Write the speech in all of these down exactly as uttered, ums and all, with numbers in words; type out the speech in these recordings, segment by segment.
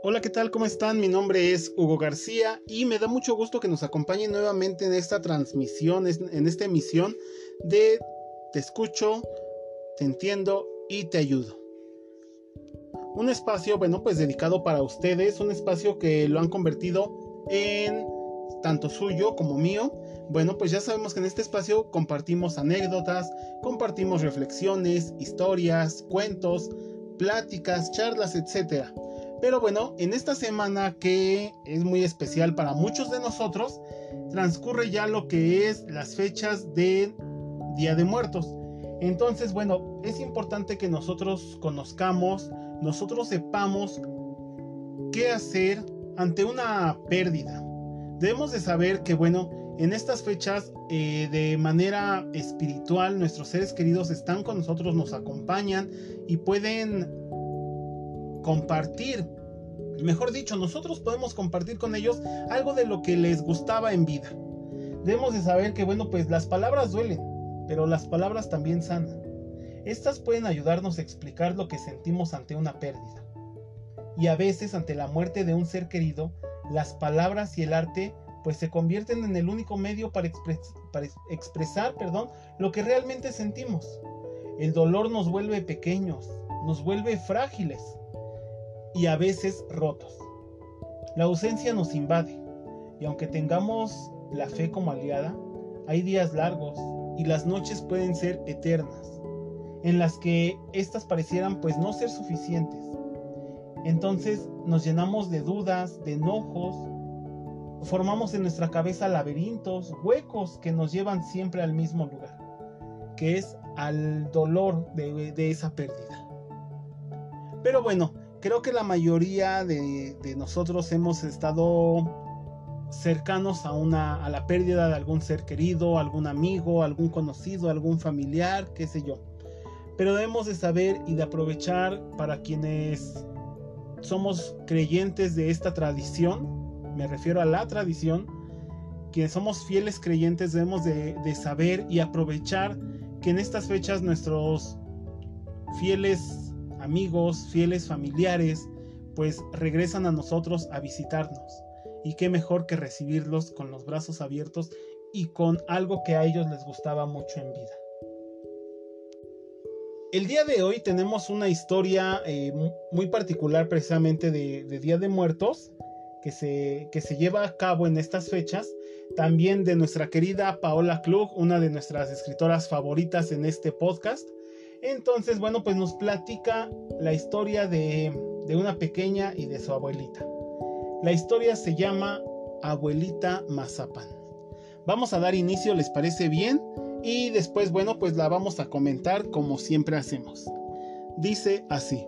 Hola, ¿qué tal? ¿Cómo están? Mi nombre es Hugo García y me da mucho gusto que nos acompañen nuevamente en esta transmisión, en esta emisión de Te escucho, te entiendo y te ayudo. Un espacio, bueno, pues dedicado para ustedes, un espacio que lo han convertido en tanto suyo como mío. Bueno, pues ya sabemos que en este espacio compartimos anécdotas, compartimos reflexiones, historias, cuentos, pláticas, charlas, etcétera. Pero bueno, en esta semana que es muy especial para muchos de nosotros, transcurre ya lo que es las fechas de Día de Muertos. Entonces, bueno, es importante que nosotros conozcamos, nosotros sepamos qué hacer ante una pérdida. Debemos de saber que, bueno, en estas fechas, eh, de manera espiritual, nuestros seres queridos están con nosotros, nos acompañan y pueden compartir, mejor dicho, nosotros podemos compartir con ellos algo de lo que les gustaba en vida. Debemos de saber que, bueno, pues las palabras duelen, pero las palabras también sanan. Estas pueden ayudarnos a explicar lo que sentimos ante una pérdida. Y a veces, ante la muerte de un ser querido, las palabras y el arte pues se convierten en el único medio para, expres para expresar perdón, lo que realmente sentimos. El dolor nos vuelve pequeños, nos vuelve frágiles y a veces rotos. La ausencia nos invade y aunque tengamos la fe como aliada, hay días largos y las noches pueden ser eternas, en las que éstas parecieran pues no ser suficientes. Entonces nos llenamos de dudas, de enojos, formamos en nuestra cabeza laberintos, huecos que nos llevan siempre al mismo lugar, que es al dolor de, de esa pérdida. Pero bueno, creo que la mayoría de, de nosotros hemos estado cercanos a, una, a la pérdida de algún ser querido, algún amigo, algún conocido, algún familiar, qué sé yo. Pero debemos de saber y de aprovechar para quienes somos creyentes de esta tradición, me refiero a la tradición, quienes somos fieles creyentes debemos de, de saber y aprovechar que en estas fechas nuestros fieles amigos, fieles familiares, pues regresan a nosotros a visitarnos. Y qué mejor que recibirlos con los brazos abiertos y con algo que a ellos les gustaba mucho en vida. El día de hoy tenemos una historia eh, muy particular precisamente de, de Día de Muertos que se, que se lleva a cabo en estas fechas, también de nuestra querida Paola Klug, una de nuestras escritoras favoritas en este podcast. Entonces, bueno, pues nos platica la historia de, de una pequeña y de su abuelita. La historia se llama Abuelita Mazapán. Vamos a dar inicio, ¿les parece bien? Y después, bueno, pues la vamos a comentar como siempre hacemos. Dice así.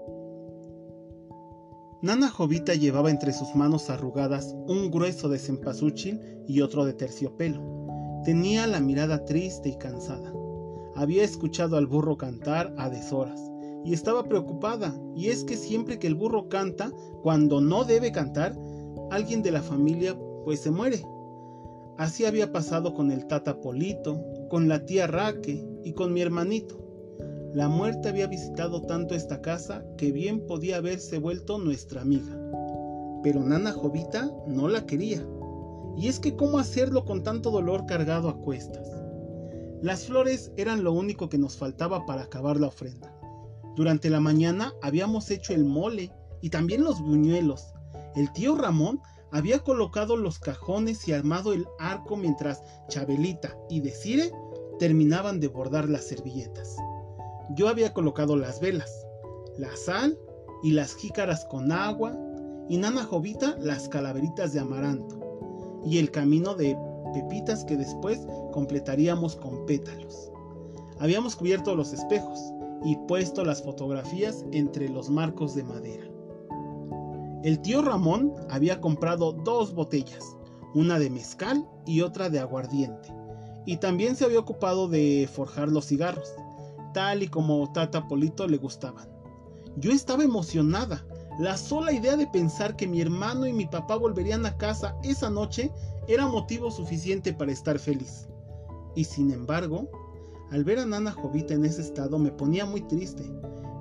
Nana Jovita llevaba entre sus manos arrugadas un grueso de cempasúchil y otro de terciopelo. Tenía la mirada triste y cansada. Había escuchado al burro cantar a deshoras y estaba preocupada, y es que siempre que el burro canta, cuando no debe cantar, alguien de la familia pues se muere. Así había pasado con el tata Polito, con la tía Raque y con mi hermanito. La muerte había visitado tanto esta casa que bien podía haberse vuelto nuestra amiga. Pero Nana Jovita no la quería. Y es que ¿cómo hacerlo con tanto dolor cargado a cuestas? Las flores eran lo único que nos faltaba para acabar la ofrenda. Durante la mañana habíamos hecho el mole y también los buñuelos. El tío Ramón había colocado los cajones y armado el arco mientras Chabelita y Desire terminaban de bordar las servilletas. Yo había colocado las velas, la sal y las jícaras con agua, y Nana Jovita las calaveritas de amaranto y el camino de pepitas que después completaríamos con pétalos. Habíamos cubierto los espejos y puesto las fotografías entre los marcos de madera. El tío Ramón había comprado dos botellas, una de mezcal y otra de aguardiente, y también se había ocupado de forjar los cigarros, tal y como tata Polito le gustaban. Yo estaba emocionada. La sola idea de pensar que mi hermano y mi papá volverían a casa esa noche era motivo suficiente para estar feliz. Y sin embargo, al ver a Nana Jovita en ese estado me ponía muy triste.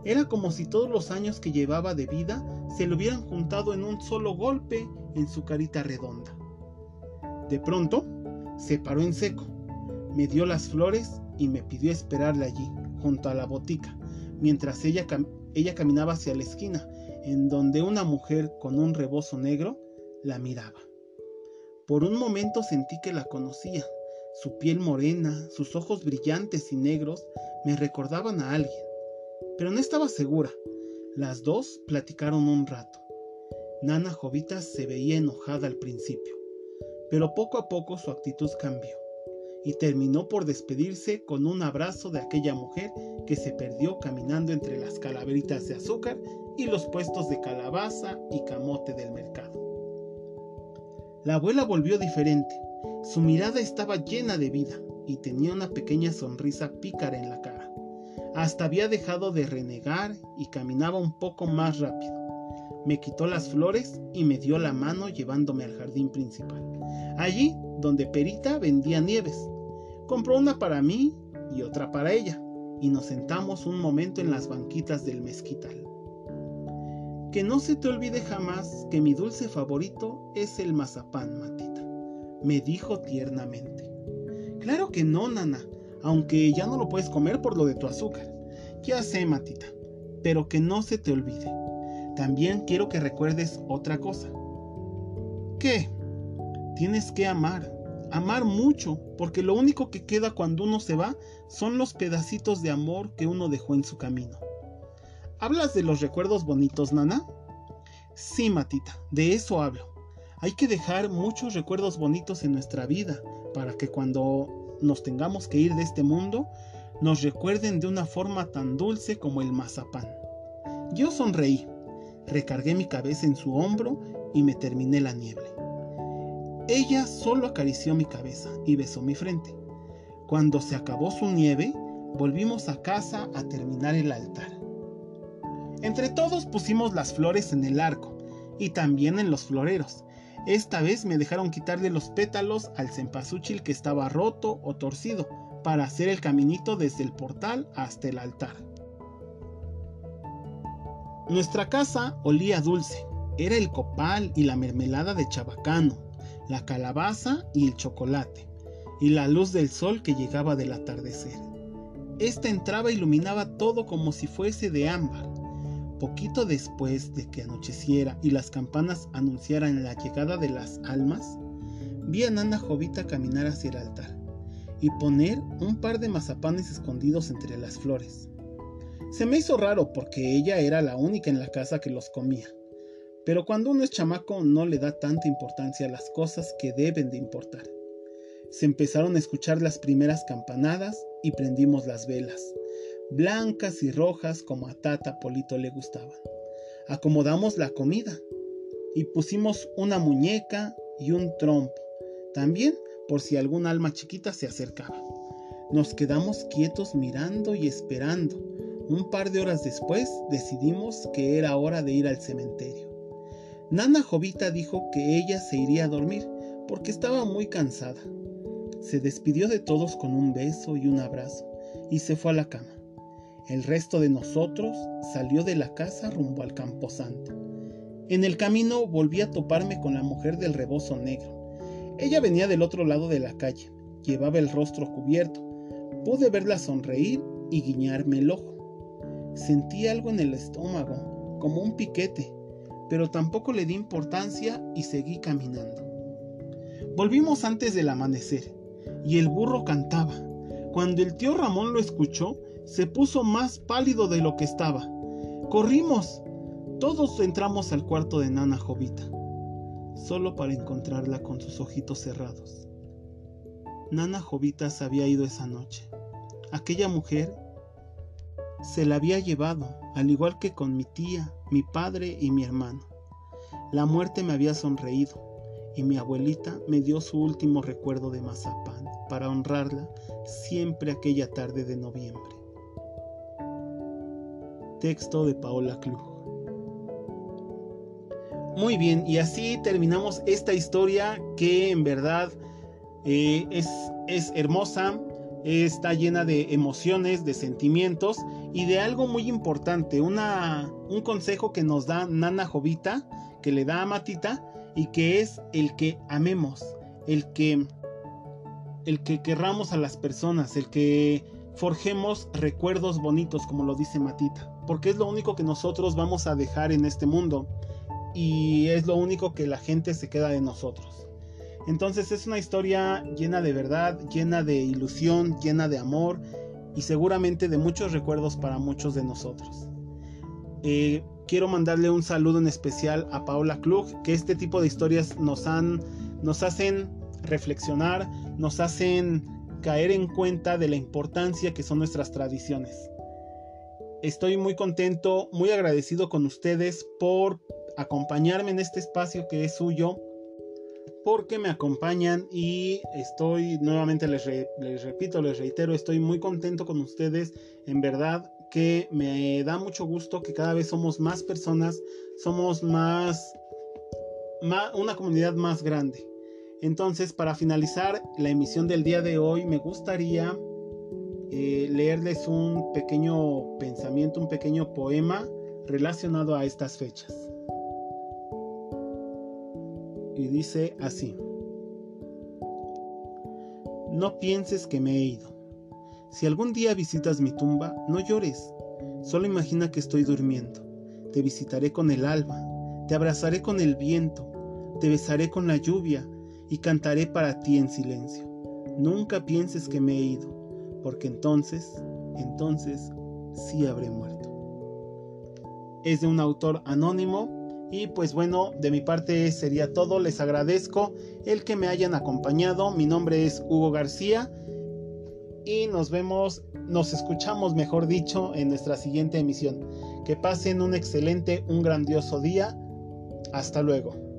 Era como si todos los años que llevaba de vida se le hubieran juntado en un solo golpe en su carita redonda. De pronto, se paró en seco, me dio las flores y me pidió esperarle allí, junto a la botica, mientras ella, cam- ella caminaba hacia la esquina, en donde una mujer con un rebozo negro la miraba. Por un momento sentí que la conocía. Su piel morena, sus ojos brillantes y negros me recordaban a alguien, pero no estaba segura. Las dos platicaron un rato. Nana Jovita se veía enojada al principio, pero poco a poco su actitud cambió y terminó por despedirse con un abrazo de aquella mujer que se perdió caminando entre las calaveritas de azúcar y los puestos de calabaza y camote del mercado. La abuela volvió diferente. Su mirada estaba llena de vida y tenía una pequeña sonrisa pícara en la cara. Hasta había dejado de renegar y caminaba un poco más rápido. Me quitó las flores y me dio la mano llevándome al jardín principal, allí donde Perita vendía nieves. Compró una para mí y otra para ella, y nos sentamos un momento en las banquitas del mezquital. Que no se te olvide jamás que mi dulce favorito es el mazapán, Matita, me dijo tiernamente. Claro que no, Nana, aunque ya no lo puedes comer por lo de tu azúcar. Ya sé, Matita, pero que no se te olvide. También quiero que recuerdes otra cosa. ¿Qué? Tienes que amar, amar mucho, porque lo único que queda cuando uno se va son los pedacitos de amor que uno dejó en su camino. ¿Hablas de los recuerdos bonitos, Nana? Sí, Matita, de eso hablo. Hay que dejar muchos recuerdos bonitos en nuestra vida para que cuando nos tengamos que ir de este mundo, nos recuerden de una forma tan dulce como el mazapán. Yo sonreí, recargué mi cabeza en su hombro y me terminé la nieve. Ella solo acarició mi cabeza y besó mi frente. Cuando se acabó su nieve, volvimos a casa a terminar el altar. Entre todos pusimos las flores en el arco y también en los floreros. Esta vez me dejaron quitarle los pétalos al cempasúchil que estaba roto o torcido para hacer el caminito desde el portal hasta el altar. Nuestra casa olía dulce. Era el copal y la mermelada de chabacano, la calabaza y el chocolate, y la luz del sol que llegaba del atardecer. Esta entraba e iluminaba todo como si fuese de ámbar. Poquito después de que anocheciera y las campanas anunciaran la llegada de las almas, vi a Nana Jovita caminar hacia el altar y poner un par de mazapanes escondidos entre las flores. Se me hizo raro porque ella era la única en la casa que los comía, pero cuando uno es chamaco no le da tanta importancia a las cosas que deben de importar. Se empezaron a escuchar las primeras campanadas y prendimos las velas, blancas y rojas como a Tata Polito le gustaban. Acomodamos la comida y pusimos una muñeca y un trompo, también por si algún alma chiquita se acercaba. Nos quedamos quietos mirando y esperando. Un par de horas después decidimos que era hora de ir al cementerio. Nana Jovita dijo que ella se iría a dormir porque estaba muy cansada. Se despidió de todos con un beso y un abrazo y se fue a la cama. El resto de nosotros salió de la casa rumbo al camposanto. En el camino volví a toparme con la mujer del rebozo negro. Ella venía del otro lado de la calle, llevaba el rostro cubierto. Pude verla sonreír y guiñarme el ojo. Sentí algo en el estómago, como un piquete, pero tampoco le di importancia y seguí caminando. Volvimos antes del amanecer y el burro cantaba. Cuando el tío Ramón lo escuchó, se puso más pálido de lo que estaba. ¡Corrimos! Todos entramos al cuarto de Nana Jovita, solo para encontrarla con sus ojitos cerrados. Nana Jovita se había ido esa noche. Aquella mujer se la había llevado, al igual que con mi tía, mi padre y mi hermano. La muerte me había sonreído y mi abuelita me dio su último recuerdo de mazapán para honrarla siempre aquella tarde de noviembre. Texto de Paola Klug. Muy bien, y así terminamos esta historia que en verdad eh, es, es hermosa. está llena de emociones, de sentimientos y de algo muy importante, una, un consejo que nos da Nana Jovita, que le da a Matita, y que es el que amemos, el que, el que querramos a las personas, el que forjemos recuerdos bonitos, como lo dice Matita, porque es lo único que nosotros vamos a dejar en este mundo y es lo único que la gente se queda de nosotros. Entonces es una historia llena de verdad, llena de ilusión, llena de amor y seguramente de muchos recuerdos para muchos de nosotros. Eh, quiero mandarle un saludo en especial a Paola Klug, que este tipo de historias nos, han, nos hacen reflexionar, nos hacen caer en cuenta de la importancia que son nuestras tradiciones. Estoy muy contento, muy agradecido con ustedes por acompañarme en este espacio que es suyo, porque me acompañan y estoy, nuevamente les, re, les repito, les reitero, estoy muy contento con ustedes, en verdad que me da mucho gusto que cada vez somos más personas, somos más, más una comunidad más grande. Entonces, para finalizar la emisión del día de hoy, me gustaría eh, leerles un pequeño pensamiento, un pequeño poema relacionado a estas fechas. Y dice así: no pienses que me he ido. Si algún día visitas mi tumba, no llores. Solo imagina que estoy durmiendo. Te visitaré con el alba, te abrazaré con el viento, te besaré con la lluvia y cantaré para ti en silencio. Nunca pienses que me he ido, porque entonces, entonces sí habré muerto. Es de un autor anónimo. Y pues bueno, de mi parte sería todo. Les agradezco el que me hayan acompañado. Mi nombre es Hugo García y nos vemos, nos escuchamos mejor dicho, en nuestra siguiente emisión. Que pasen un excelente, un grandioso día. Hasta luego.